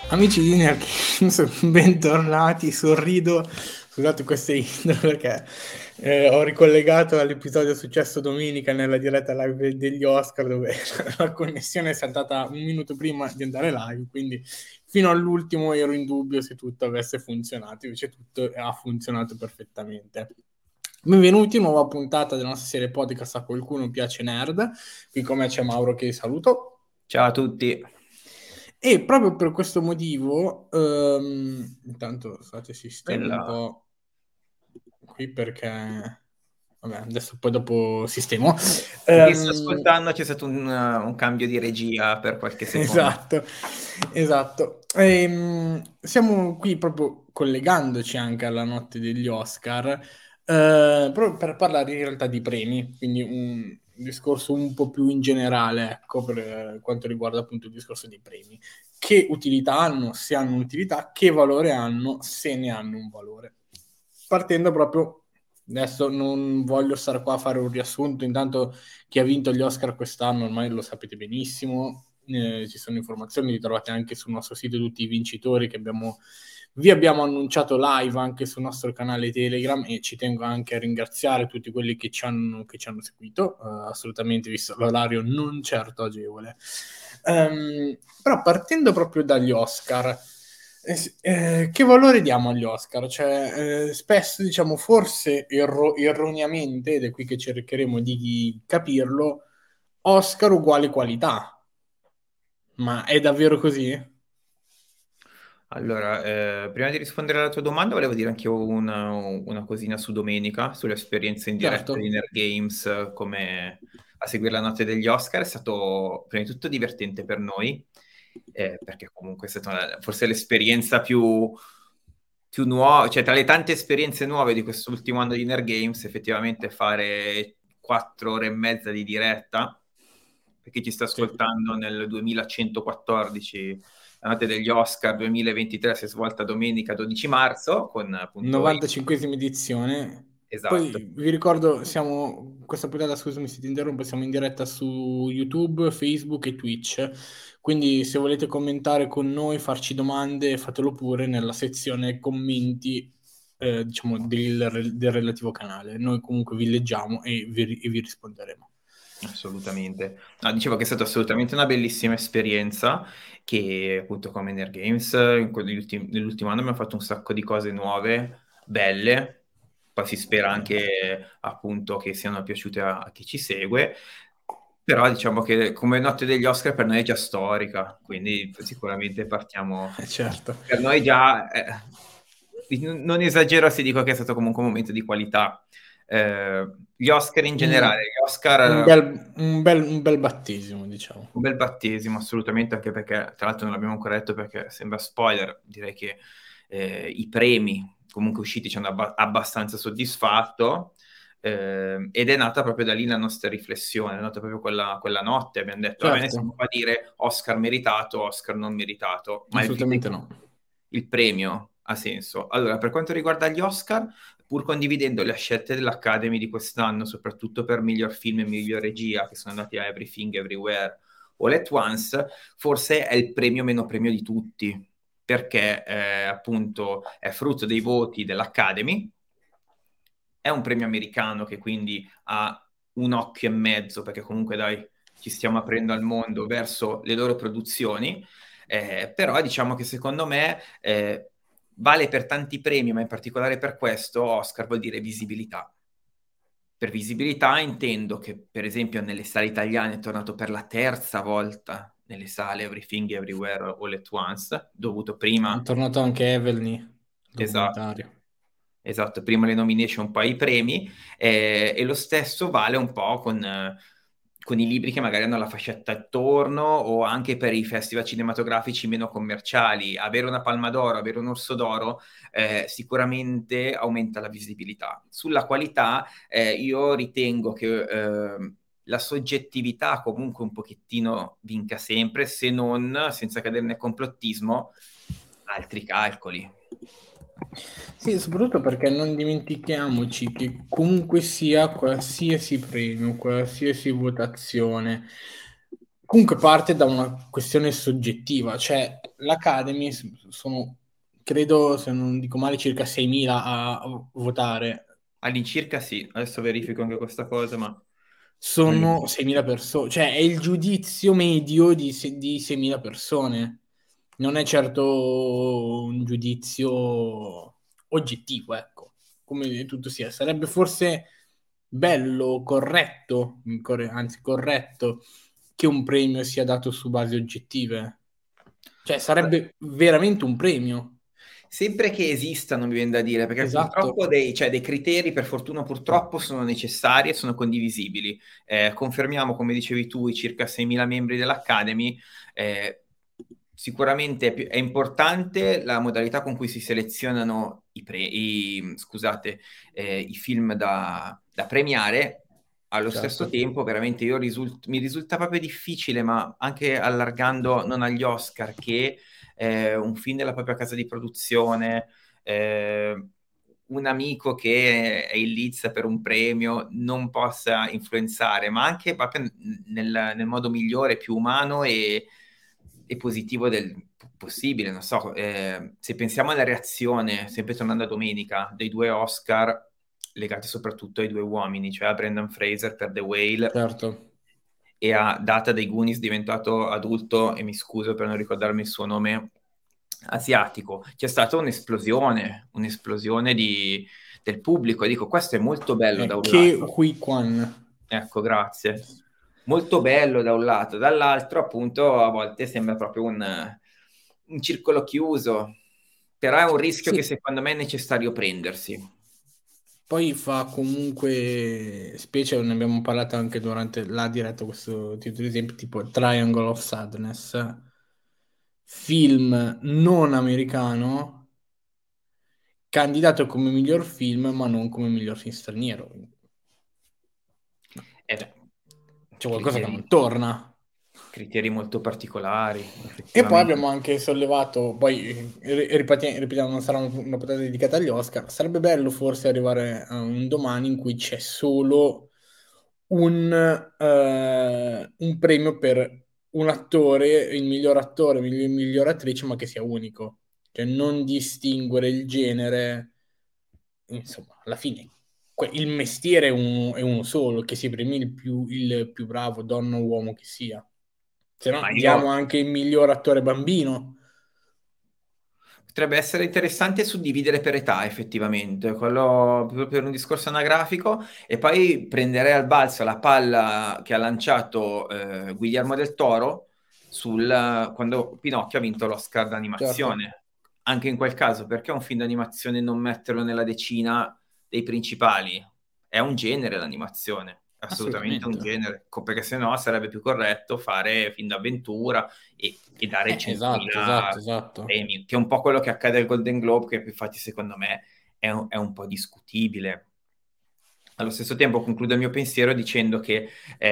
Amici di Nerd Games, bentornati, sorrido, scusate queste intro perché ho ricollegato all'episodio successo domenica nella diretta live degli Oscar dove la connessione è saltata un minuto prima di andare live, quindi fino all'ultimo ero in dubbio se tutto avesse funzionato, invece tutto ha funzionato perfettamente. Benvenuti, nuova puntata della nostra serie podcast A qualcuno piace nerd, qui con me c'è Mauro che saluto. Ciao a tutti. E proprio per questo motivo, intanto state sistemo un Quella... po' qui perché, vabbè, adesso poi dopo sistemo. Per chi sta Ehm, ascoltando c'è stato un cambio di regia per qualche secondo. esatto, esatto. Siamo qui proprio collegandoci anche alla notte degli Oscar, proprio per parlare in realtà di premi, quindi un discorso un po' più in generale, ecco, per quanto riguarda appunto il discorso dei premi. Che utilità hanno, se hanno un'utilità, che valore hanno, se ne hanno un valore. Partendo proprio, adesso non voglio stare qua a fare un riassunto, intanto chi ha vinto gli Oscar quest'anno ormai lo sapete benissimo, ci sono informazioni, li trovate anche sul nostro sito tutti i vincitori vi abbiamo annunciato live anche sul nostro canale Telegram e ci tengo anche a ringraziare tutti quelli che ci hanno seguito, assolutamente visto l'orario non certo agevole. Però partendo proprio dagli Oscar, che valore diamo agli Oscar? Cioè, spesso diciamo forse erroneamente, ed è qui che cercheremo di capirlo, Oscar uguale qualità. Ma è davvero così? Allora, prima di rispondere alla tua domanda, volevo dire anche io una cosina su domenica, sull'esperienza in diretta di Certo. Nerd Games, come a seguire la notte degli Oscar. È stato prima di tutto divertente per noi, perché comunque è stata forse l'esperienza più nuova, cioè tra le tante esperienze nuove di quest'ultimo anno di Nerd Games, effettivamente fare 4 ore e mezza di diretta, per chi ci sta Sì. ascoltando nel 2114, la notte degli Oscar 2023 si è svolta domenica 12 marzo con appunto 95esima edizione. esatto. Poi vi ricordo, questa puntata, scusami se ti interrompo, siamo in diretta su YouTube, Facebook e Twitch. Quindi se volete commentare con noi, farci domande, fatelo pure nella sezione commenti, diciamo, del relativo canale. Noi comunque vi leggiamo e vi risponderemo. Assolutamente. No, dicevo che è stata assolutamente una bellissima esperienza che appunto come Nerd Games nell'ultimo anno abbiamo fatto un sacco di cose nuove, belle, poi si spera anche appunto che siano piaciute a chi ci segue, però diciamo che come notte degli Oscar per noi è già storica, quindi sicuramente partiamo, Certo. per noi già, non esagero se dico che è stato comunque un momento di qualità. Gli Oscar in Un, generale, gli Oscar un bel battesimo, diciamo. un bel battesimo, assolutamente, anche perché, tra l'altro non l'abbiamo ancora detto perché sembra spoiler, direi che i premi comunque usciti ci hanno abbastanza soddisfatto, ed è nata proprio da lì la nostra riflessione, è nata proprio quella notte, abbiamo detto, va bene, Certo, siamo qua a dire Oscar meritato, Oscar non meritato, ma assolutamente no. il premio ha senso. Allora, per quanto riguarda gli Oscar, pur condividendo le scelte dell'Academy di quest'anno, soprattutto per miglior film e miglior regia, che sono andati a Everything Everywhere All at Once, forse è il premio meno premio di tutti, perché appunto è frutto dei voti dell'Academy, è un premio americano che quindi ha un occhio e mezzo, perché comunque dai, ci stiamo aprendo al mondo verso le loro produzioni, però diciamo che secondo me vale per tanti premi, ma in particolare per questo Oscar vuol dire visibilità. Per visibilità intendo che, per esempio, nelle sale italiane è tornato per la terza volta nelle sale Everything Everywhere All at Once, dovuto È prima, tornato anche Evelyn, esatto, documentario. esatto, prima le nomination, poi i premi, e lo stesso vale un po' con i libri che magari hanno la fascetta attorno o anche per i festival cinematografici meno commerciali. Avere una Palma d'Oro, avere un Orso d'Oro, sicuramente aumenta la visibilità. Sulla qualità, io ritengo che la soggettività comunque un pochettino vinca sempre, se non, senza cadere nel complottismo, altri calcoli. Sì, soprattutto perché non dimentichiamoci che comunque sia qualsiasi premio, qualsiasi votazione, comunque parte da una questione soggettiva, cioè l'Academy sono, credo, se non dico male, circa 6.000 a votare. All'incirca sì, adesso verifico anche questa cosa, ma Sono all'incirca 6.000 sì. persone, cioè è il giudizio medio di 6.000 persone. Non è certo un giudizio oggettivo, ecco, come tutto sia. Sarebbe forse bello, corretto, anzi corretto, che un premio sia dato su basi oggettive. Cioè, sarebbe veramente un premio. Sempre che esistano, mi viene da dire, perché Esatto, purtroppo cioè, dei criteri, per fortuna purtroppo, sono necessari e sono condivisibili. Confermiamo, come dicevi tu, i circa 6.000 membri dell'Academy. Sicuramente è importante la modalità con cui si selezionano scusate, i film da premiare. Allo stesso certo, tempo, veramente mi risulta proprio difficile, ma anche allargando non agli Oscar, che un film della propria casa di produzione, un amico che è in lizza per un premio non possa influenzare, ma anche proprio nel modo migliore, più umano e positivo possibile. Non so, se pensiamo alla reazione, sempre tornando a domenica, dei due Oscar legati soprattutto ai due uomini, cioè a Brendan Fraser per The Whale certo. e a Data dei Goonies diventato adulto, e mi scuso per non ricordarmi il suo nome asiatico. C'è stata un'esplosione del pubblico. E dico, questo è molto bello da un Ke lato. Huy Quan. Ecco, grazie. Molto bello da un lato, dall'altro appunto a volte sembra proprio un circolo chiuso, però è un rischio che Sì, secondo me è necessario prendersi. poi fa comunque, specie ne abbiamo parlato anche durante la diretta, questo tipo di esempio, tipo Triangle of Sadness, film non americano, candidato come miglior film, ma non come miglior film straniero. È Cioè, c'è qualcosa che non criteri, torna. criteri molto particolari, E poi effettivamente. abbiamo anche sollevato, poi ripetiamo, non sarà una puntata dedicata agli Oscar, sarebbe bello forse arrivare a un domani in cui c'è solo un premio per un attore, il miglior attore, miglior attrice, ma che sia unico, cioè non distinguere il genere, insomma, alla fine il mestiere è uno solo, che si premi il più bravo, donna o uomo che sia. Se no, Ma diamo io anche il miglior attore bambino. Potrebbe essere interessante suddividere per età, effettivamente, quello proprio per un discorso anagrafico, e poi prenderei al balzo la palla che ha lanciato Guillermo del Toro quando Pinocchio ha vinto l'Oscar Certo, d'animazione. Anche in quel caso, perché un film d'animazione non metterlo nella decina dei principali? È un genere l'animazione, è assolutamente un assolutamente. genere, perché sennò sarebbe più corretto fare film d'avventura e dare Esatto, esatto, 100.000 esatto. premi, che è un po' quello che accade al Golden Globe, che infatti secondo me è un po' discutibile. Allo stesso tempo concludo il mio pensiero dicendo che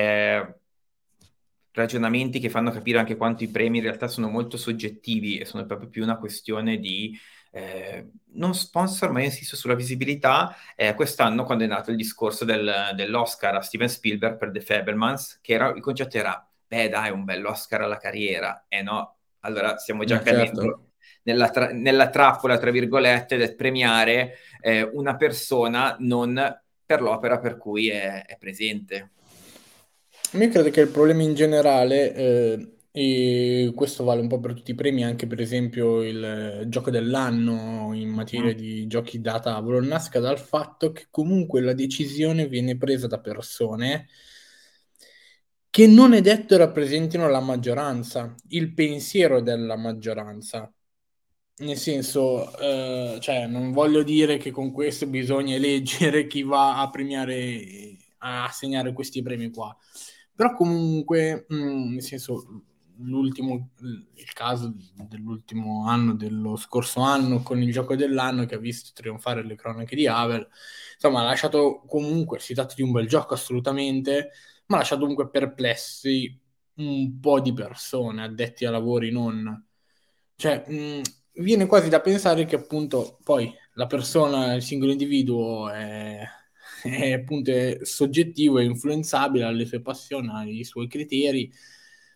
ragionamenti che fanno capire anche quanto i premi in realtà sono molto soggettivi e sono proprio più una questione di non sponsor, ma io insisto sulla visibilità. Quest'anno, quando è nato il discorso dell'Oscar a Steven Spielberg per The Fabelmans, il concetto era, beh dai, un bell'Oscar alla carriera, no? Allora stiamo già cadendo Certo. nella trappola, tra virgolette, del premiare una persona non per l'opera per cui è presente. Io credo che il problema in generale, e questo vale un po' per tutti i premi, anche per esempio il gioco dell'anno in materia Mm. di giochi da tavolo, nasca dal fatto che comunque la decisione viene presa da persone che non è detto rappresentino la maggioranza, il pensiero della maggioranza. Nel senso, cioè, non voglio dire che con questo bisogna eleggere chi va a premiare, a assegnare questi premi qua. Però comunque, nel senso, il caso dell'ultimo anno, dello scorso anno, con il gioco dell'anno che ha visto trionfare le cronache di Havel, insomma, ha lasciato comunque, si tratta di un bel gioco assolutamente, ma ha lasciato comunque perplessi un po' di persone, addetti ai lavori non. Cioè, viene quasi da pensare che appunto poi la persona, il singolo individuo è appunto è soggettivo, è influenzabile alle sue passioni, ai suoi criteri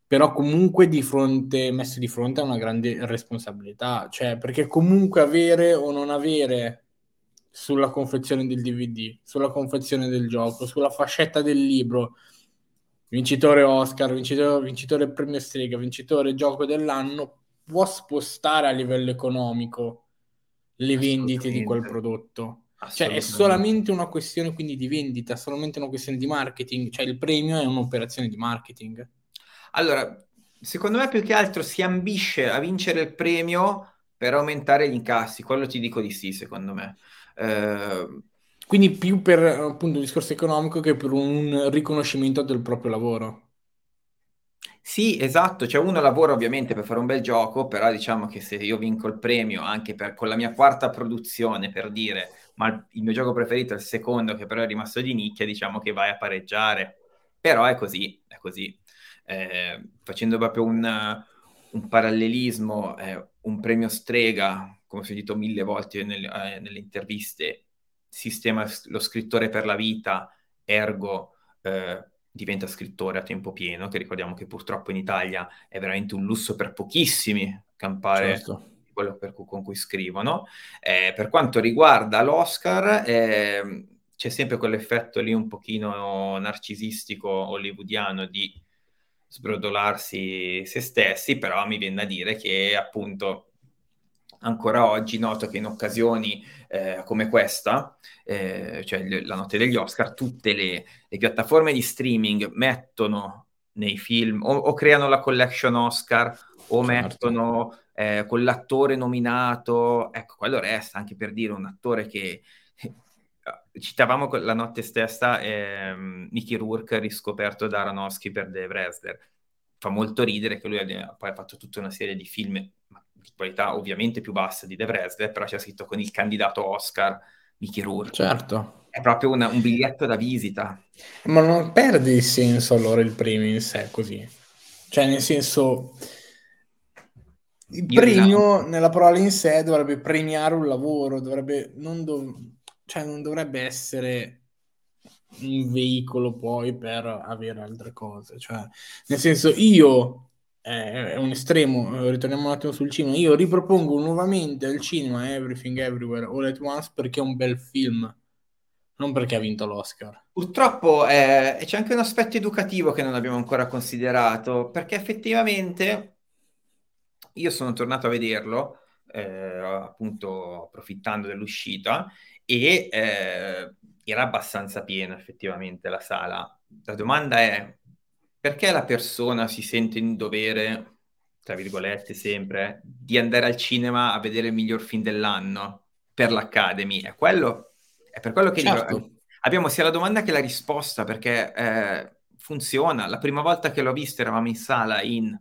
però comunque messo di fronte a una grande responsabilità, cioè perché comunque avere o non avere sulla confezione del DVD, sulla confezione del gioco, sulla fascetta del libro, vincitore Oscar, vincitore premio Strega, vincitore gioco dell'anno, può spostare a livello economico le vendite di quel Assolutamente, prodotto. Cioè è assolutamente. solamente una questione quindi di vendita, solamente una questione di marketing, cioè il premio è un'operazione di marketing. Allora, secondo me più che altro si ambisce a vincere il premio per aumentare gli incassi, quello ti dico di sì, secondo me. Eh, Quindi più per appunto un discorso economico che per un riconoscimento del proprio lavoro. Sì, esatto, cioè uno lavora ovviamente per fare un bel gioco, però diciamo che se io vinco il premio anche con la mia quarta produzione, per dire, ma il mio gioco preferito è il secondo, che però è rimasto di nicchia, diciamo che vai a pareggiare. Però è così, è così. Facendo proprio un parallelismo, un premio Strega, come ho sentito mille volte nelle interviste, sistema lo scrittore per la vita, ergo diventa scrittore a tempo pieno, che ricordiamo che purtroppo in Italia è veramente un lusso per pochissimi campare Certo. quello con cui scrivono. Per quanto riguarda l'Oscar, c'è sempre quell'effetto lì un pochino narcisistico hollywoodiano di sbrodolarsi se stessi, però mi viene da dire che appunto ancora oggi noto che in occasioni come questa, cioè la notte degli Oscar, tutte le piattaforme di streaming mettono nei film o creano la collection Oscar o Certo. mettono con l'attore nominato, ecco, quello resta anche per dire un attore che citavamo la notte stessa Mickey Rourke riscoperto da Aronofsky per The Wrestler. Fa molto ridere che lui poi ha fatto tutta una serie di film di qualità ovviamente più bassa di The Wrestler, però c'è scritto con il candidato Oscar Mickey Rourke. Certo. È proprio un biglietto da visita. Ma non perde il senso allora il premio in sé così. Cioè, nel senso, il Io premio rilancio. nella parola in sé dovrebbe premiare un lavoro, cioè non dovrebbe essere un veicolo poi per avere altre cose. Cioè, nel senso, è un estremo, ritorniamo un attimo sul cinema, io ripropongo nuovamente al cinema Everything Everywhere All at Once perché è un bel film, non perché ha vinto l'Oscar. Purtroppo c'è anche un aspetto educativo che non abbiamo ancora considerato, perché effettivamente io sono tornato a vederlo, appunto approfittando dell'uscita, e era abbastanza piena effettivamente la sala. La domanda è perché la persona si sente in dovere, tra virgolette sempre, di andare al cinema a vedere il miglior film dell'anno per l'Academy? È per quello che dico, Certo, abbiamo sia la domanda che la risposta, perché funziona. La prima volta che l'ho visto eravamo in sala in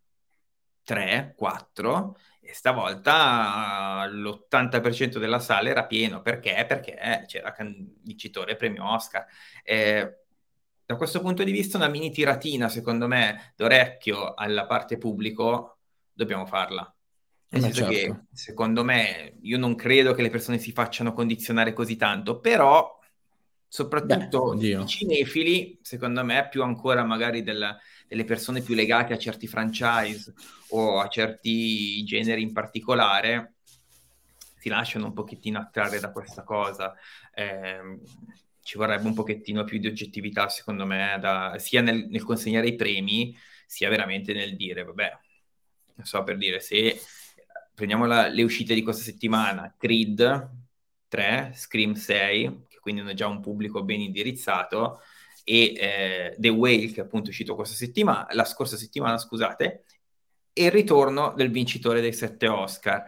3, 4 e stavolta l'80% della sala era pieno. Perché? Perché c'era vincitore premio Oscar. Eh, da questo punto di vista una mini tiratina, secondo me, d'orecchio alla parte pubblico dobbiamo farla. Nel ma senso certo. che, secondo me, io non credo che le persone si facciano condizionare così tanto, però Beh, soprattutto i oddio. cinefili, secondo me, più ancora magari delle persone più legate a certi franchise o a certi generi in particolare, si lasciano un pochettino attrarre da questa cosa. Eh, ci vorrebbe un pochettino più di oggettività, secondo me, sia nel consegnare i premi, sia veramente nel dire, vabbè, non so, per dire, se prendiamo le uscite di questa settimana, Creed 3, Scream 6, che quindi hanno già un pubblico ben indirizzato, e The Whale, che appunto è uscito questa settimana, la scorsa settimana, scusate, e il ritorno del vincitore dei 7 Oscar.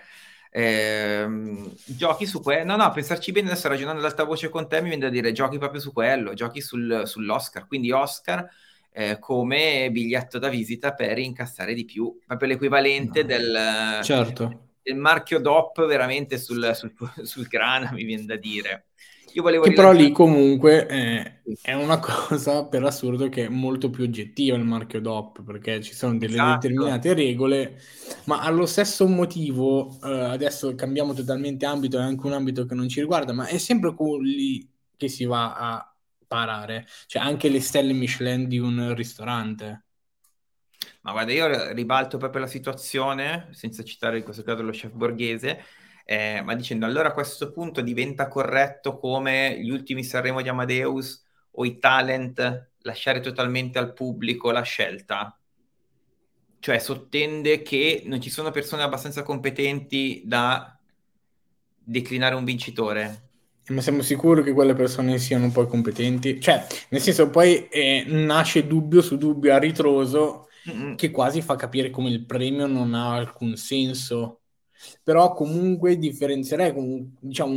Giochi su quello. No, no, pensarci bene, adesso ragionando ad alta voce con te, mi viene da dire giochi proprio su quello, giochi sull'Oscar, quindi Oscar come biglietto da visita per incassare di più, proprio l'equivalente No. Certo. del marchio DOP veramente sul grana, mi viene da dire. Io volevo Che però lì rilanciare. comunque è una cosa per assurdo che è molto più oggettiva il marchio DOP, perché ci sono delle Esatto. determinate regole, ma allo stesso motivo, adesso cambiamo totalmente ambito, è anche un ambito che non ci riguarda, ma è sempre lì che si va a parare, cioè anche le stelle Michelin di un ristorante. Ma guarda, io ribalto proprio la situazione, senza citare in questo caso lo chef borghese, ma dicendo allora a questo punto diventa corretto come gli ultimi Sanremo di Amadeus o i talent lasciare totalmente al pubblico la scelta? Cioè sottende che non ci sono persone abbastanza competenti da declinare un vincitore. Ma siamo sicuri che quelle persone siano poi competenti? Cioè, nel senso, poi nasce dubbio su dubbio a ritroso Mm-mm. che quasi fa capire come il premio non ha alcun senso. Però comunque differenzierei diciamo,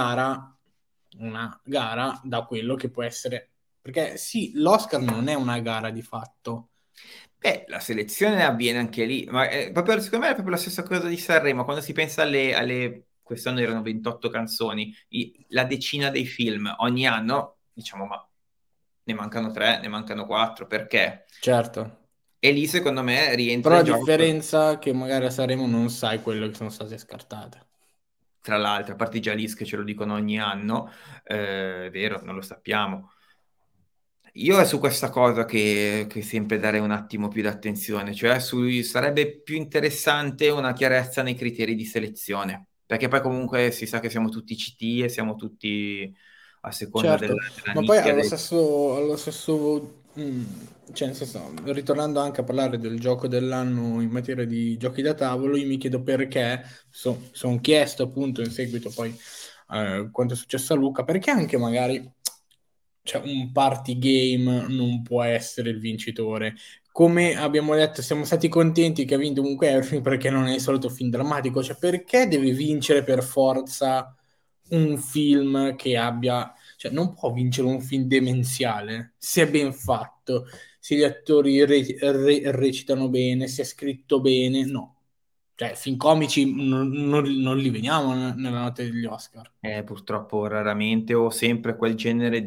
una gara da quello che può essere. Perché sì, l'Oscar non è una gara di fatto. Beh, la selezione avviene anche lì, ma proprio, secondo me è proprio la stessa cosa di Sanremo, quando si pensa quest'anno erano 28 canzoni, la decina dei film ogni anno, diciamo, ma ne mancano 3, ne mancano 4, perché? Certo. E lì secondo me rientra Però a in gioco, differenza che magari a Sanremo non sai quello che sono state scartate. tra l'altro, a parte i Jalis che ce lo dicono ogni anno, è vero, non lo sappiamo. Io è su questa cosa che sempre darei un attimo più d'attenzione, cioè sarebbe più interessante una chiarezza nei criteri di selezione, perché poi comunque si sa che siamo tutti CT e siamo tutti a seconda Certo, della ma poi nicchia. allo stesso cioè nel senso, ritornando anche a parlare del gioco dell'anno in materia di giochi da tavolo, io mi chiedo perché, sono chiesto appunto in seguito poi quanto è successo a Luca, perché anche magari cioè, un party game non può essere il vincitore. Come abbiamo detto, siamo stati contenti che ha vinto comunque Everything perché non è il solito film drammatico, cioè perché deve vincere per forza un film che abbia, cioè non può vincere un film demenziale se è ben fatto, se gli attori recitano bene, se è scritto bene, no. Cioè, film comici non li vediamo nella notte degli Oscar. Purtroppo raramente o sempre quel genere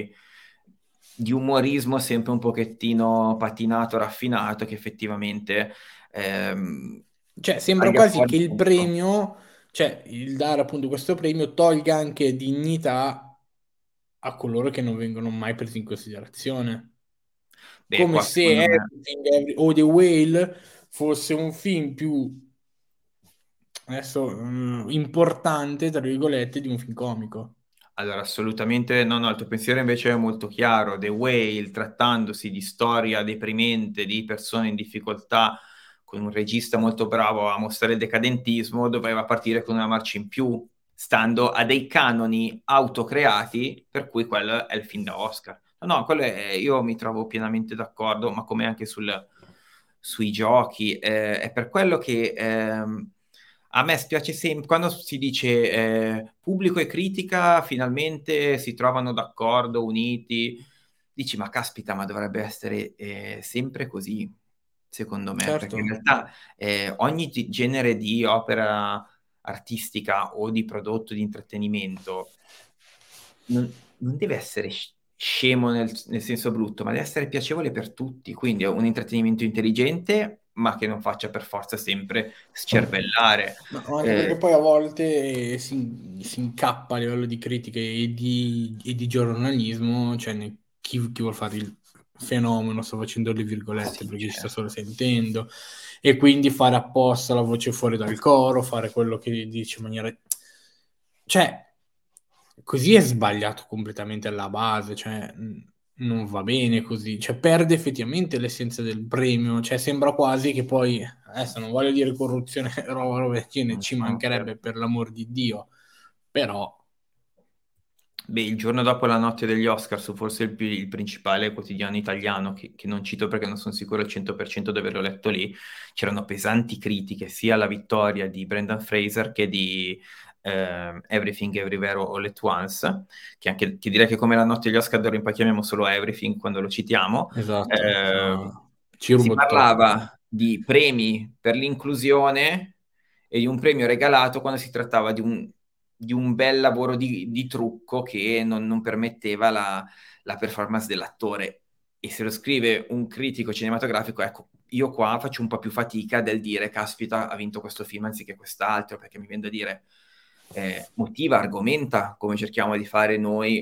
di umorismo sempre un pochettino patinato, raffinato, che effettivamente Cioè, sembra taglia quasi fuori che il tutto. premio, cioè il dare appunto questo premio, tolga anche dignità a coloro che non vengono mai presi in considerazione. Beh, Come qua se secondo me. O The Whale fosse un film più adesso importante, tra virgolette, di un film comico. Allora, assolutamente no, no, il tuo pensiero invece è molto chiaro. The Whale, trattandosi di storia deprimente di persone in difficoltà, con un regista molto bravo a mostrare il decadentismo, doveva partire con una marcia in più, stando a dei canoni autocreati, per cui quello è il film da Oscar. No, no, io mi trovo pienamente d'accordo, ma come anche sui giochi. È per quello che a me spiace sempre quando si dice pubblico e critica finalmente si trovano d'accordo, uniti. Dici, ma caspita, ma dovrebbe essere sempre così, secondo me, perché in Certo. realtà ogni genere di opera artistica o di prodotto di intrattenimento non deve essere scemo nel senso brutto, ma deve essere piacevole per tutti. Quindi è un intrattenimento intelligente, ma che non faccia per forza sempre scervellare. Ma anche perché Eh, poi a volte si incappa a livello di critiche e di giornalismo, cioè chi vuol fare il fenomeno, sto facendo le virgolette sì, perché ci sta certo. solo sentendo, e quindi fare apposta la voce fuori dal coro, fare quello che dice in maniera. Cioè, così è sbagliato completamente alla base, cioè non va bene così, cioè perde effettivamente l'essenza del premio, cioè sembra quasi che poi, adesso non voglio dire corruzione, roba del genere, ci mancherebbe Certo. per l'amor di Dio, però Beh, il giorno dopo la notte degli Oscar, su forse il principale quotidiano italiano, che non cito perché non sono sicuro al 100% di averlo letto lì, c'erano pesanti critiche sia alla vittoria di Brendan Fraser che di Everything Everywhere All at Once, che direi che come la notte degli Oscar d'ora in poi chiamiamo solo Everything quando lo citiamo. esatto, Eh, ci si rubo tutto la scena. parlava di premi per l'inclusione e di un premio regalato quando si trattava di un bel lavoro di trucco che non permetteva la performance dell'attore. E se lo scrive un critico cinematografico, ecco, io qua faccio un po' più fatica del dire, caspita, ha vinto questo film anziché quest'altro, perché mi viene da dire, motiva, argomenta, come cerchiamo di fare noi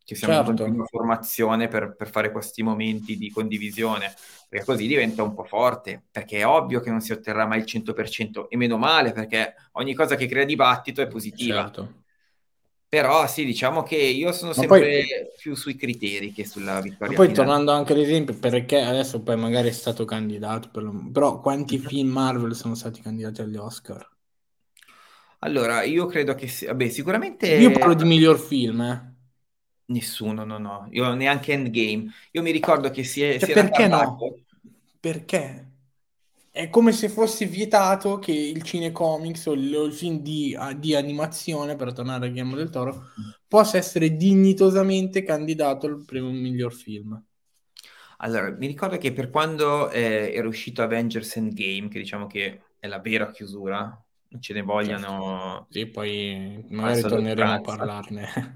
che siamo in certo, continua formazione per fare questi momenti di condivisione, perché così diventa un po' forte, perché è ovvio che non si otterrà mai il 100%, e meno male, perché ogni cosa che crea dibattito è positiva. certo. Però sì, diciamo che io sono Ma poi, sempre più sui criteri che sulla ma vittoria poi finale. tornando anche all'esempio, perché adesso poi magari è stato candidato, però quanti Mhm. film Marvel sono stati candidati agli Oscar? Allora, io credo che vabbè, Io sicuramente parlo di miglior film, eh. nessuno, no, no, io neanche Endgame. Io mi ricordo che si Cioè, era perché no? parlato. Perché? È come se fosse vietato che il cinecomics o il film di animazione, per tornare a Guillermo del Toro, possa essere dignitosamente candidato al premio miglior film. Allora, mi ricordo che per quando era uscito Avengers Endgame, che diciamo che è la vera chiusura, non ce ne Certo. vogliano Sì, poi magari falsa torneremo a oltranza. parlarne.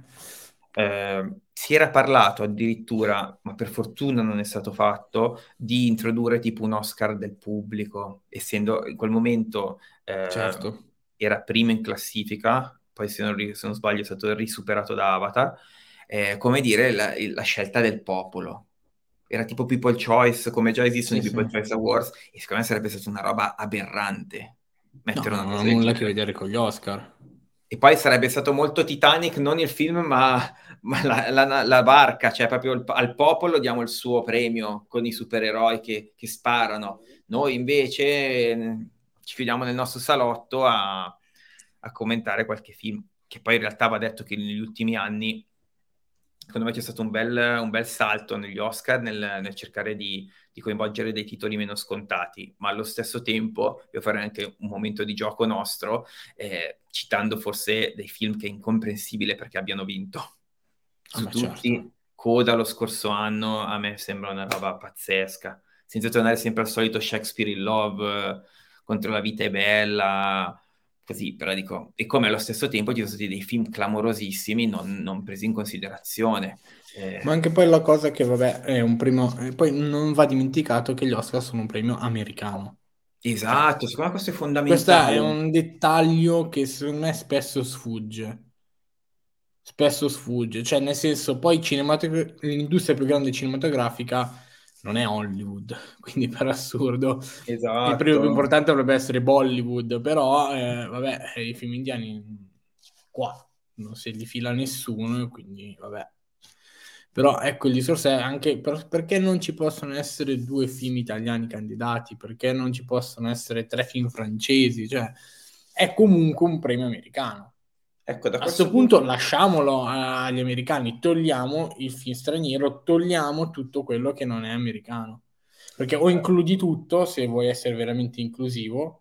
Si era parlato addirittura, ma per fortuna non è stato fatto, di introdurre tipo un Oscar del pubblico, essendo in quel momento Certo. era primo in classifica, poi se non sbaglio è stato risuperato da Avatar, come dire la scelta del popolo. Era tipo People Choice, come già esistono Sì, i sì. People Choice Awards, e secondo me sarebbe stata una roba aberrante No, mettere una non ha cosa del nulla a che genere. vedere con gli Oscar. E poi sarebbe stato molto Titanic, non il film, ma la barca, cioè proprio al popolo diamo il suo premio con i supereroi che sparano. Noi invece ci chiudiamo nel nostro salotto a commentare qualche film, che poi in realtà va detto che negli ultimi anni, secondo me c'è stato un bel salto negli Oscar nel cercare di coinvolgere dei titoli meno scontati, ma allo stesso tempo io farei anche un momento di gioco nostro, citando forse dei film che è incomprensibile perché abbiano vinto. Ah, Su ma certo. tutti, Coda lo scorso anno a me sembra una roba pazzesca, senza tornare sempre al solito Shakespeare in Love, contro la vita è bella, così, però dico, e come allo stesso tempo ci sono stati dei film clamorosissimi non presi in considerazione. Ma Eh, anche poi la cosa che, vabbè, è un premio. Poi non va dimenticato che gli Oscar sono un premio americano. Cioè, esatto, secondo me questo è questo è fondamentale. un dettaglio che secondo me spesso sfugge. Spesso sfugge. Cioè, nel senso, poi l'industria più grande cinematografica non è Hollywood, quindi per assurdo il premio più Esatto. importante dovrebbe essere Bollywood, però, vabbè, i film indiani qua non se li fila nessuno, quindi vabbè. Però ecco, il discorso è anche perché non ci possono essere due film italiani candidati, perché non ci possono essere tre film francesi, cioè è comunque un premio americano. Ecco, da A questo questo punto punto. lasciamolo agli americani, togliamo il film straniero, togliamo tutto quello che non è americano. Perché o includi tutto se vuoi essere veramente inclusivo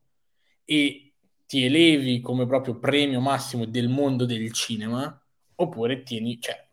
e ti elevi come proprio premio massimo del mondo del cinema, oppure tieni, cioè,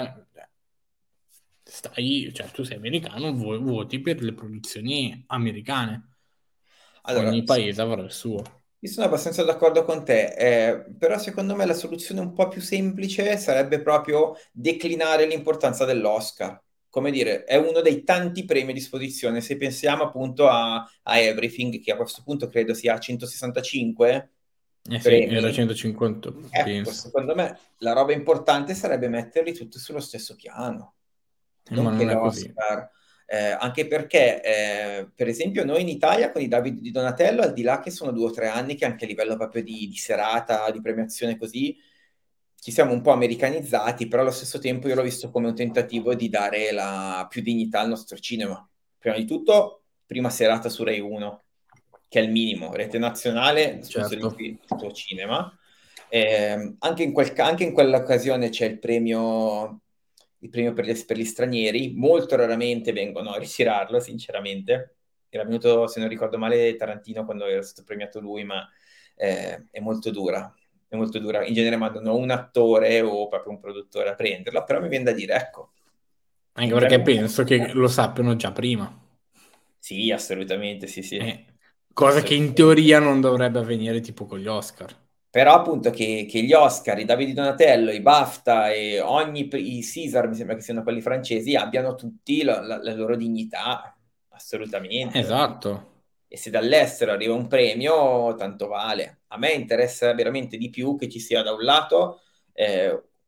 cioè, tu sei americano, voti per le produzioni americane. Allora, Ogni paese avrà il suo. io sono abbastanza d'accordo con te, però secondo me la soluzione un po' più semplice sarebbe proprio declinare l'importanza dell'Oscar. Come dire, è uno dei tanti premi a disposizione. Se pensiamo appunto a Everything, che a questo punto credo sia a 165 Eh sì, era premi, 150, ecco, penso. secondo me la roba importante sarebbe metterli tutti sullo stesso piano, non Ma che non è così. l'Oscar. Anche perché, per esempio, noi in Italia con i Davide di Donatello, al di là che sono 2 o 3 anni che anche a livello proprio di serata, di premiazione così, ci siamo un po' americanizzati, però allo stesso tempo io l'ho visto come un tentativo di dare la più dignità al nostro cinema. Prima di tutto, prima serata su Rai 1, che è il minimo, rete nazionale, Certo. sponsorizzi il tuo cinema. Anche in quell'occasione c'è il premio per gli stranieri, molto raramente vengono a ritirarlo, sinceramente. Era venuto, se non ricordo male, Tarantino quando era stato premiato lui, ma è molto dura. È molto dura. In genere mandano un attore o proprio un produttore a prenderlo, però mi viene da dire, ecco, Anche perché entriamo un penso che po'. lo sappiano già prima. Sì, assolutamente, sì, sì, Cosa che in assolutamente. teoria non dovrebbe avvenire tipo con gli Oscar. Però appunto che gli Oscar, i Davide Donatello, i BAFTA e i Caesar, mi sembra che siano quelli francesi, abbiano tutti la loro dignità, assolutamente. Esatto. E se dall'estero arriva un premio, tanto vale. A me interessa veramente di più che ci sia da un lato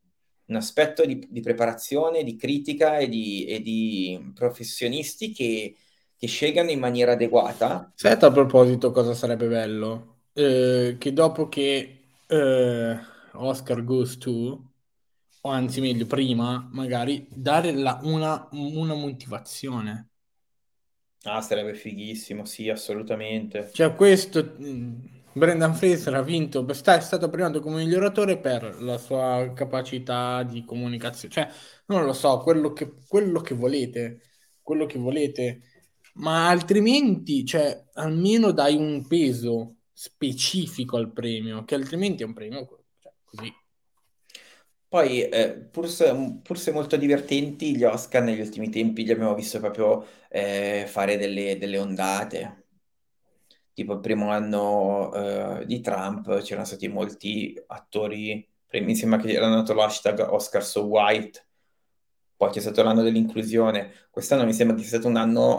un aspetto di preparazione, di critica e di professionisti che scelgano in maniera adeguata. Sai a tal proposito cosa sarebbe bello? Che dopo che Oscar Goes to, o anzi meglio, prima, magari, dare una motivazione. Ah, sarebbe fighissimo, sì, assolutamente. Cioè, Brendan Fraser ha vinto, è stato premiato come miglioratore per la sua capacità di comunicazione. Cioè, non lo so, quello che volete, ma altrimenti, cioè, almeno dai un peso specifico al premio, che altrimenti è un premio, cioè, così. Poi, pur se molto divertenti, gli Oscar negli ultimi tempi li abbiamo visto proprio fare delle ondate. Tipo il primo anno di Trump c'erano stati molti attori, mi sembra che era nato l'hashtag Oscar So White, poi c'è stato l'anno dell'inclusione. Quest'anno mi sembra che sia stato un anno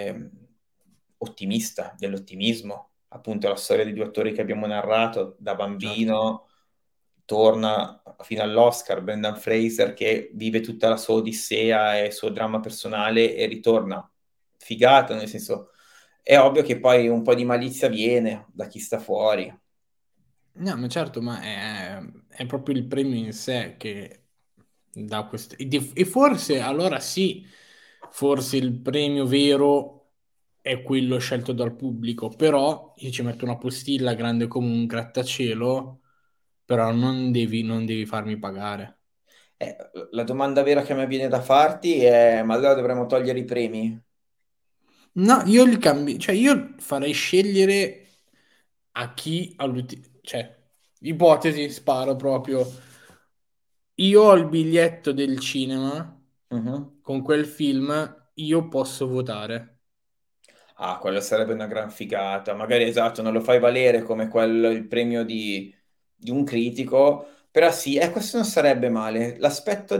ottimista, dell'ottimismo. Appunto la storia di due attori che abbiamo narrato da Certo. bambino torna fino all'Oscar, Brendan Fraser che vive tutta la sua odissea e il suo dramma personale e ritorna. Figata, nel senso, è ovvio che poi un po' di malizia viene da chi sta fuori. No, ma certo, è proprio il premio in sé che dà questo. E forse, allora sì, forse il premio vero è quello scelto dal pubblico, però io ci metto una postilla grande come un grattacielo, però non devi farmi pagare. Eh, la domanda vera che a me viene da farti è: ma allora dovremmo togliere i premi? No, io li cambio, cioè io farei scegliere a chi cioè, ipotesi, sparo proprio. Io ho il biglietto del cinema, Mhm. con quel film io posso votare. Ah, quello sarebbe una gran figata. Magari esatto, non lo fai valere come quello, il premio di un critico, però sì, questo non sarebbe male. L'aspetto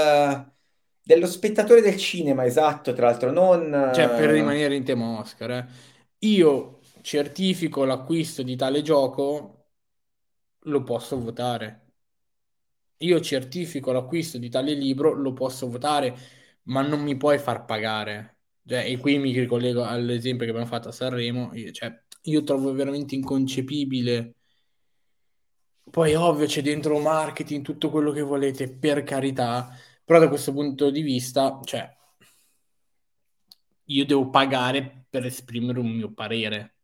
dello spettatore del cinema, esatto, tra l'altro, non... Cioè, per rimanere in tema Oscar, io certifico l'acquisto di tale gioco, lo posso votare. Io certifico l'acquisto di tale libro, lo posso votare, ma non mi puoi far pagare. Cioè, e qui mi ricollego all'esempio che abbiamo fatto a Sanremo. Io trovo veramente inconcepibile. Poi, è ovvio, c'è dentro marketing, tutto quello che volete, per carità, però da questo punto di vista, cioè, io devo pagare per esprimere un mio parere.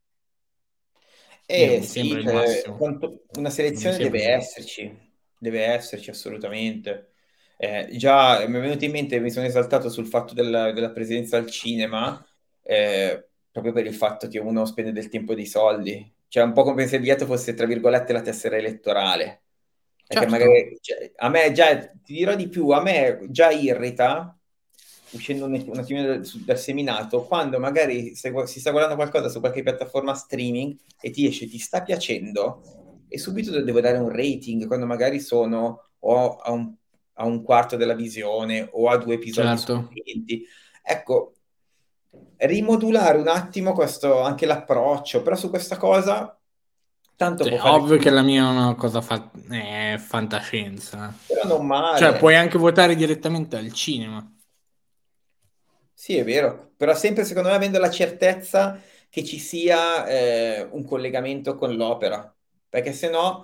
Io non mi Sì, sembra il massimo. una Non mi selezione sembra il massimo. deve esserci assolutamente. Già mi è venuto in mente, mi sono esaltato sul fatto della presenza al cinema, proprio per il fatto che uno spende del tempo e dei soldi. Cioè, un po' come se il biglietto fosse, tra virgolette, la tessera elettorale. Perché Certo, magari, cioè, a me già, ti dirò di più, a me già irrita, uscendo un attimino dal seminato, quando magari si sta guardando qualcosa su qualche piattaforma streaming e ti esce, ti sta piacendo, e subito devo dare un rating, quando magari sono o a un quarto della visione o a due episodi certo. sufficienti. Ecco, rimodulare un attimo questo, anche l'approccio, però su questa cosa tanto può Cioè, fare ovvio che film, la mia è una cosa è fantascienza. però non Cioè, puoi male. anche votare direttamente al cinema. Sì, è vero, però sempre secondo me avendo la certezza che ci sia un collegamento con l'opera, perché se no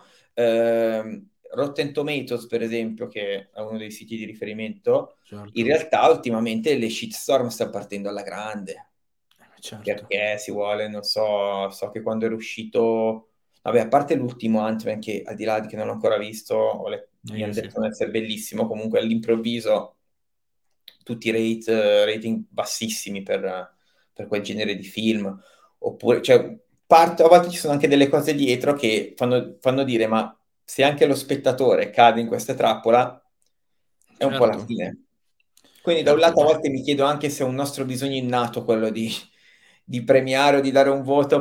Rotten Tomatoes, per esempio, che è uno dei siti di riferimento, in Certo, realtà ultimamente le shitstorm stanno partendo alla grande, certo. perché si vuole, non so, so che quando era uscito, vabbè, a parte l'ultimo Ant-Man, che al di là di che non l'ho ancora visto, mi Io hanno sì. detto non essere bellissimo, comunque all'improvviso tutti i rating bassissimi per quel genere di film, oppure, cioè, a volte ci sono anche delle cose dietro che fanno dire, ma se anche lo spettatore cade in questa trappola, è un po' la Certo, fine. Quindi da un certo. lato a volte mi chiedo anche se è un nostro bisogno innato quello di premiare o di dare un voto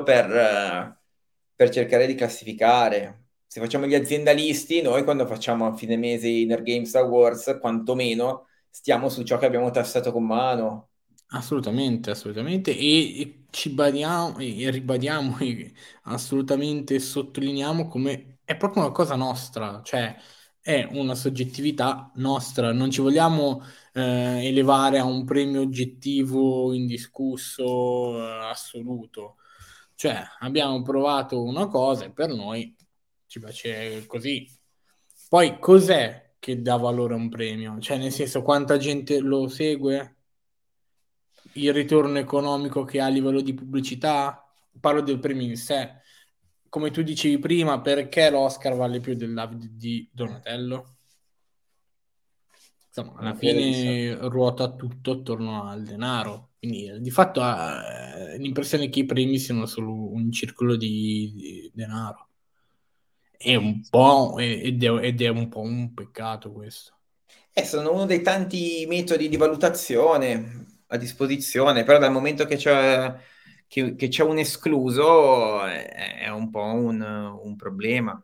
per cercare di classificare. Se facciamo gli aziendalisti, noi quando facciamo a fine mese i Nerd Games Awards, quantomeno stiamo su ciò che abbiamo tassato con mano. Assolutamente, assolutamente. E ci badiamo e ribadiamo e assolutamente sottolineiamo come è proprio una cosa nostra. Cioè, è una soggettività nostra, non ci vogliamo elevare a un premio oggettivo, indiscusso, assoluto. Cioè, abbiamo provato una cosa e per noi ci piace così. Poi cos'è che dà valore a un premio? Cioè, nel senso, quanta gente lo segue? Il ritorno economico che ha a livello di pubblicità? Parlo del premio in sé. Come tu dicevi prima, perché l'Oscar vale più del David di Donatello? Insomma, alla Verissimo. fine ruota tutto attorno al denaro. Quindi di fatto ha l'impressione che i premi siano solo un circolo di denaro. È un po', ed è un po' un peccato questo. Sono uno dei tanti metodi di valutazione a disposizione, però dal momento che c'è un escluso è un po' un problema.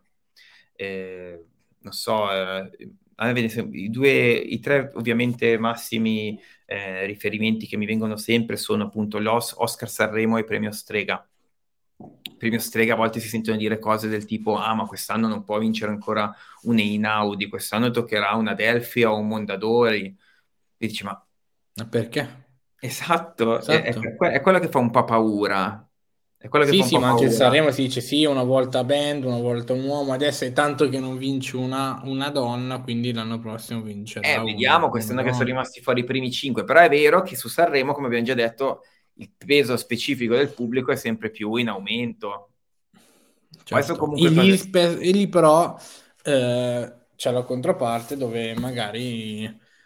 Non so, a me i tre ovviamente massimi riferimenti che mi vengono sempre sono appunto l'Oscar Sanremo e Premio Strega. Premio Strega a volte si sentono dire cose del tipo: ah, ma quest'anno non può vincere ancora un Einaudi, quest'anno toccherà un Adelphi o un Mondadori. E dici, ma Ma perché? esatto, Esatto. è quello che fa un po' paura. È quello che fa Sì, un sì, po' ma anche il paura. Sanremo si dice sì, una volta band, una volta un uomo, adesso è tanto che non vince una donna, quindi l'anno prossimo vincerà Vediamo una quest'anno che sono donna. rimasti fuori i primi cinque, però è vero che su Sanremo, come abbiamo già detto, il peso specifico del pubblico è sempre più in aumento. Poi sono Certo, e comunque lì, cose. e lì però c'è la controparte dove magari,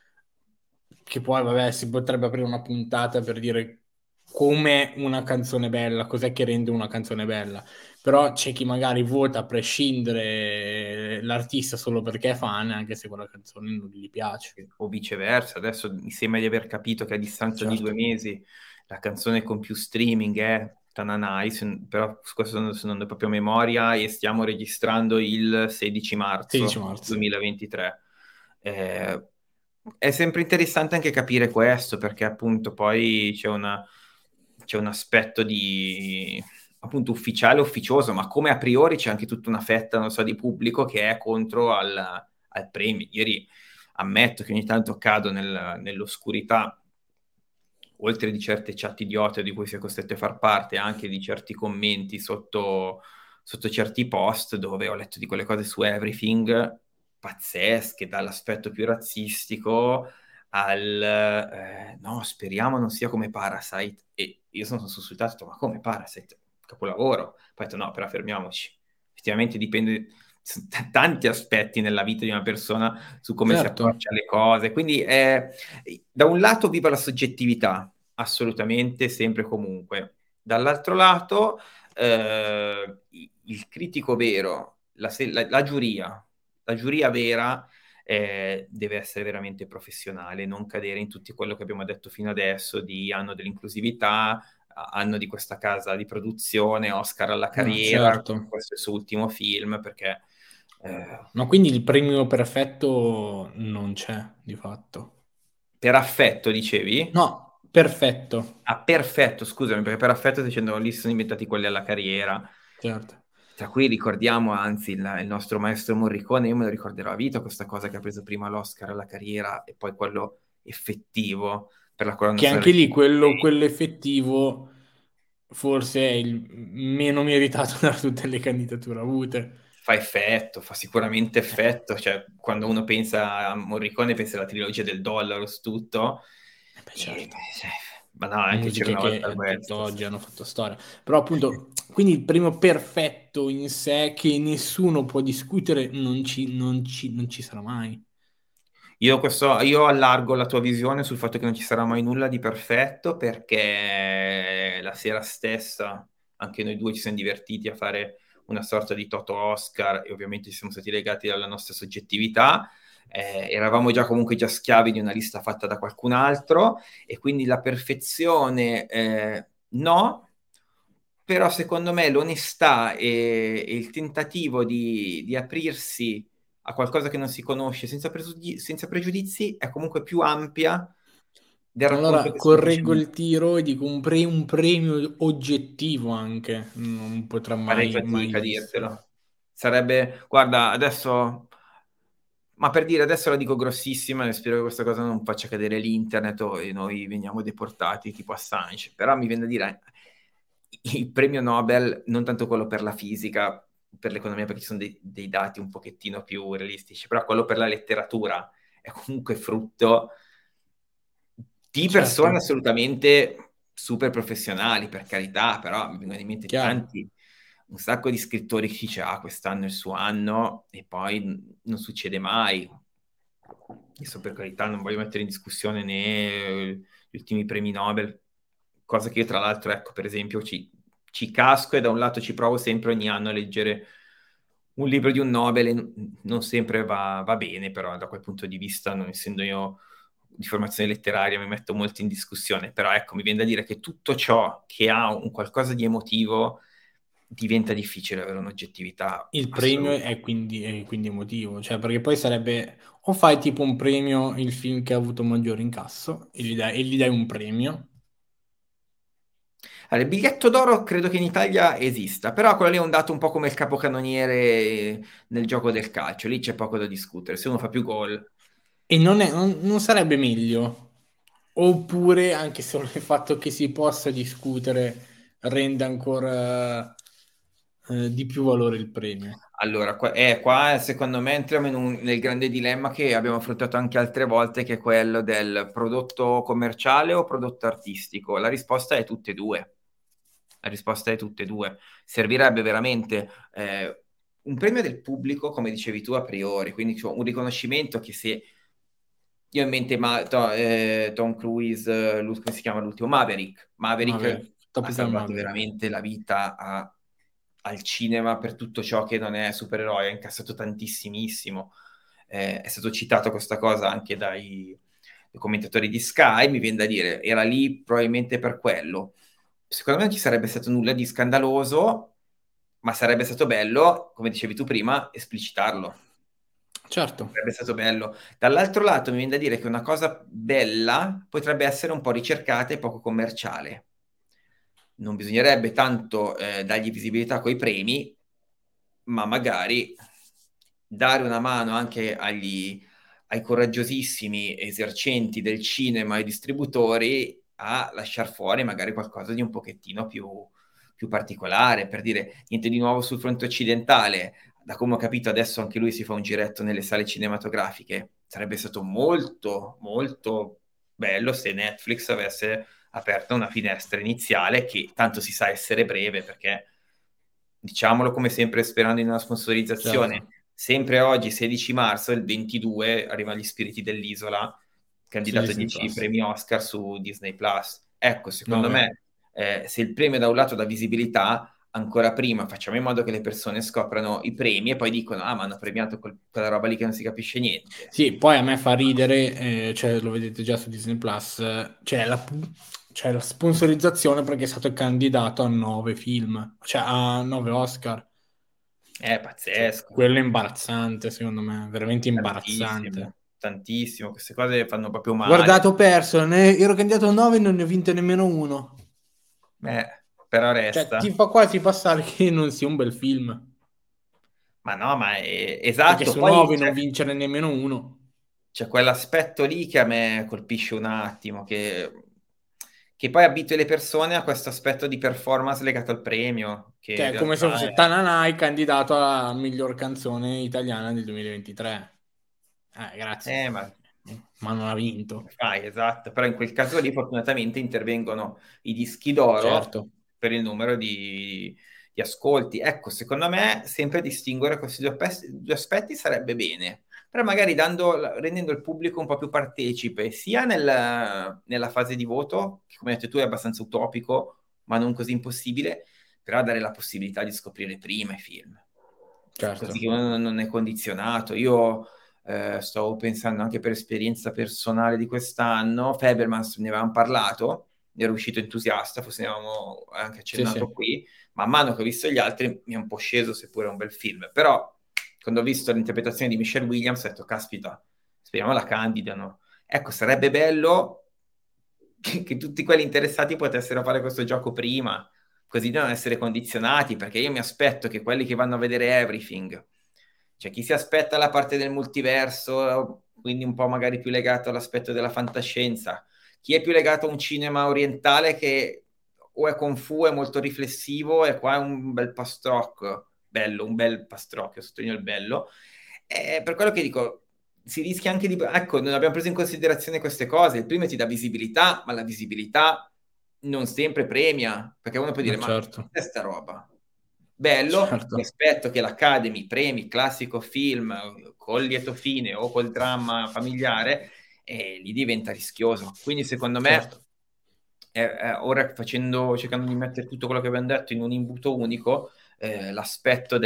che poi vabbè si potrebbe aprire una puntata per dire come una canzone bella, cos'è che rende una canzone bella, però c'è chi magari vota a prescindere l'artista solo perché è fan, anche se quella canzone non gli piace. O viceversa. Adesso mi sembra di aver capito che a distanza di Certo, 2 mesi la canzone con più streaming è Tananai, però su questo non andando proprio a memoria, e stiamo registrando il 16 16 marzo marzo. 2023. Eh, è sempre interessante anche capire questo, perché appunto poi c'è un aspetto di appunto ufficiale, ufficioso, ma come a priori c'è anche tutta una fetta, non so, di pubblico che è contro al premio. Ieri ammetto che ogni tanto cado nell'oscurità, oltre di certe chat idiote di cui si è costretto a far parte, anche di certi commenti sotto certi post dove ho letto di quelle cose su Everything pazzesche, dall'aspetto più razzistico al no, speriamo non sia come Parasite. E io sono sussultato, ho detto, ma come Parasite? Capolavoro. Poi ho detto, no, però fermiamoci. Effettivamente dipende, ci sono tanti aspetti nella vita di una persona su come si Certo. approccia alle cose. Quindi da un lato viva la soggettività, assolutamente, sempre e comunque. Dall'altro lato, il critico vero, la giuria vera deve essere veramente professionale, non cadere in tutto quello che abbiamo detto fino adesso di anno dell'inclusività, anno di questa casa di produzione, Oscar alla No, carriera, certo. questo è il suo ultimo film, perché Ma quindi il premio perfetto non c'è di fatto. per affetto dicevi? No, perfetto, Ah, perfetto, scusami, perché per affetto stai dicendo lì si sono inventati quelli alla carriera. certo. Tra cui ricordiamo anzi il nostro maestro Morricone, io me lo ricorderò a vita questa cosa che ha preso prima l'Oscar alla carriera e poi quello effettivo per la colonna Che sonora anche di lì Pink Floyd. quello effettivo forse è il meno meritato da tutte le candidature avute. Fa effetto, fa sicuramente effetto, cioè quando uno pensa a Morricone pensa alla trilogia del dollaro, su tutto, Beh, e, certo. cioè, ma no, anche c'era Musiche una volta che questo. tutt'oggi hanno fatto storia. Però appunto, quindi il premio perfetto in sé che nessuno può discutere non ci sarà mai. Io allargo la tua visione sul fatto che non ci sarà mai nulla di perfetto, perché la sera stessa anche noi due ci siamo divertiti a fare una sorta di Toto Oscar e ovviamente ci siamo stati legati alla nostra soggettività. Eravamo già comunque già schiavi di una lista fatta da qualcun altro e quindi la perfezione no, però secondo me l'onestà e il tentativo di aprirsi a qualcosa che non si conosce senza pregiudizi è comunque più ampia del racconto Allora che correggo il semplicemente tiro e dico un premio oggettivo anche, non potrà farei mai fatica a esistere. dirtelo. Sarebbe, guarda, adesso Ma per dire, adesso la dico grossissima, e spero che questa cosa non faccia cadere l'internet e noi veniamo deportati tipo Assange, però mi viene da dire, il premio Nobel, non tanto quello per la fisica, per l'economia, perché ci sono dei dati un pochettino più realistici, però quello per la letteratura è comunque frutto di persone Certo, assolutamente super professionali, per carità, però mi vengono in mente chiaro. tanti, un sacco di scrittori che dice, ah, quest'anno è il suo anno, e poi non succede mai. Adesso per carità non voglio mettere in discussione né gli ultimi premi Nobel, cosa che io tra l'altro, ecco, per esempio, ci casco e da un lato ci provo sempre ogni anno a leggere un libro di un Nobel e non sempre va bene, però da quel punto di vista, non essendo io di formazione letteraria, mi metto molto in discussione, però ecco, mi viene da dire che tutto ciò che ha un qualcosa di emotivo diventa difficile avere un'oggettività Il premio assoluta. è quindi emotivo, cioè perché poi sarebbe o fai tipo un premio il film che ha avuto maggiore incasso e gli dai un premio. Allora, il biglietto d'oro credo che in Italia esista, però quello lì è un dato un po' come il capocannoniere nel gioco del calcio, lì c'è poco da discutere, se uno fa più gol. E non sarebbe meglio? Oppure, anche solo il fatto che si possa discutere rende ancora di più valore il premio. Allora, qua secondo me entriamo nel grande dilemma che abbiamo affrontato anche altre volte, che è quello del prodotto commerciale o prodotto artistico. La risposta è tutte e due. La risposta è tutte e due. Servirebbe veramente un premio del pubblico, come dicevi tu, a priori, quindi cioè, un riconoscimento che se io ho in mente Tom Cruise, come si chiama l'ultimo? Maverick. Vabbè, Maverick ha Top Gun salvato Maverick. veramente la vita al cinema per tutto ciò che non è supereroe, ha incassato tantissimissimo. È stato citato questa cosa anche dai commentatori di Sky, mi viene da dire, era lì probabilmente per quello. Secondo me non ci sarebbe stato nulla di scandaloso, ma sarebbe stato bello, come dicevi tu prima, esplicitarlo. Certo, Sarebbe stato bello. Dall'altro lato mi viene da dire che una cosa bella potrebbe essere un po' ricercata e poco commerciale. Non bisognerebbe tanto dargli visibilità coi premi, ma magari dare una mano anche ai coraggiosissimi esercenti del cinema e distributori a lasciare fuori magari qualcosa di un pochettino più particolare, per dire niente di nuovo sul fronte occidentale. Da come ho capito adesso anche lui si fa un giretto nelle sale cinematografiche. Sarebbe stato molto, molto bello se Netflix avesse aperto una finestra iniziale che tanto si sa essere breve perché diciamolo come sempre sperando in una sponsorizzazione, certo. sempre oggi 16 marzo, il 22 arrivano gli Spiriti dell'Isola, Su candidato a Disney 10 Plus. premi Oscar su Disney Plus. Ecco, secondo Vabbè. me, se il premio da un lato dà visibilità, ancora prima facciamo in modo che le persone scoprano i premi e poi dicono, ah, ma hanno premiato quella roba lì che non si capisce niente. Sì, poi a me fa ridere, cioè, lo vedete già su Disney Plus, c'è la sponsorizzazione perché è stato candidato a 9 film, cioè a 9 Oscar. È Cioè, pazzesco, quello è imbarazzante, secondo me, veramente tantissimo, imbarazzante. tantissimo, queste cose fanno proprio male. Guardate, ho perso, ero candidato a 9 e non ne ho vinto nemmeno uno. Eh, però Cioè, ti resta. fa quasi passare che non sia un bel film, Ma no, ma perché esatto, su poi 9 non vincere nemmeno uno. c'è quell'aspetto lì che a me colpisce un attimo, che poi abitui le persone a questo aspetto di performance legato al premio, che in Cioè, è come se realtà fosse Tananai candidato alla miglior canzone italiana del 2023. Grazie. ma Ma non ha vinto. fai, esatto, però in quel caso lì fortunatamente intervengono i dischi d'oro Certo, per il numero di ascolti. Ecco, secondo me sempre distinguere questi due aspetti sarebbe bene, però magari rendendo il pubblico un po' più partecipe, sia nella fase di voto, che come hai detto tu è abbastanza utopico, ma non così impossibile, però dare la possibilità di scoprire prima i film, così certo. che uno non è condizionato. Io stavo pensando anche per esperienza personale di quest'anno, Fabermans ne avevamo parlato, ne ero uscito entusiasta, forse ne avevamo anche Sì, accennato sì. qui, man mano che ho visto gli altri mi è un po' sceso, seppure è un bel film, però quando ho visto l'interpretazione di Michelle Williams ho detto, caspita, speriamo la candidano. Ecco, sarebbe bello che tutti quelli interessati potessero fare questo gioco prima, così da non essere condizionati, perché io mi aspetto che quelli che vanno a vedere Everything C'è chi si aspetta la parte del multiverso, quindi un po' magari più legato all'aspetto della fantascienza, chi è più legato a un cinema orientale che o è kung fu, è molto riflessivo, e qua è un bel pastrocco, bello, un bel pastrocchio, sottolineo il bello. Per quello che dico, si rischia anche di... Ecco, non abbiamo preso in considerazione queste cose. Il primo ti dà visibilità, ma la visibilità non sempre premia, perché uno può dire, Ma ma certo, che è sta roba? Bello, mi certo, aspetto che l'Academy premi classico film col lieto fine o col dramma familiare, e lì diventa rischioso. Quindi secondo me, certo. ora cercando di mettere tutto quello che abbiamo detto in un imbuto unico, l'aspetto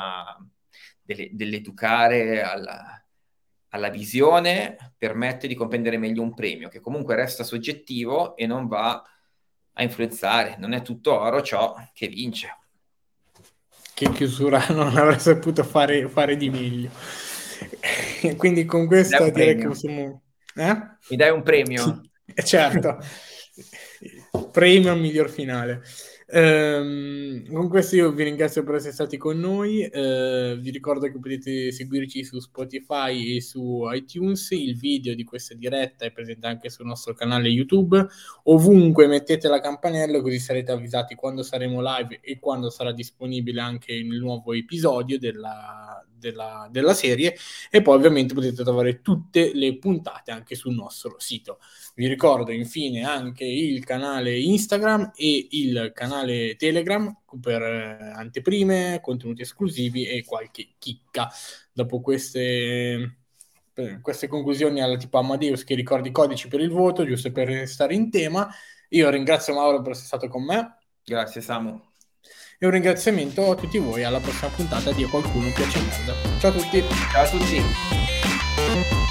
dell'educare alla visione permette di comprendere meglio un premio, che comunque resta soggettivo e non va a influenzare. Non è tutto oro ciò che vince. Che chiusura non avrei saputo fare di meglio. Quindi con Mi dai questo un direi che premio? possiamo... Eh? Mi dai un premio? Sì, certo. Premio al miglior finale. Con questo io vi ringrazio per essere stati con noi. Vi ricordo che potete seguirci su Spotify e su iTunes. Il video di questa diretta è presente anche sul nostro canale YouTube. Ovunque mettete la campanella così sarete avvisati quando saremo live e quando sarà disponibile anche il nuovo episodio della serie. E poi ovviamente potete trovare tutte le puntate anche sul nostro sito. Vi ricordo infine anche il canale Instagram e il canale Telegram per anteprime, contenuti esclusivi e qualche chicca. Dopo queste conclusioni alla tipo Amadeus che ricordi i codici per il voto, giusto per restare in tema, io ringrazio Mauro per essere stato con me Grazie, Samu. e un ringraziamento a tutti voi alla prossima puntata di A Qualcuno Piace Merda. Ciao a tutti! Ciao a tutti.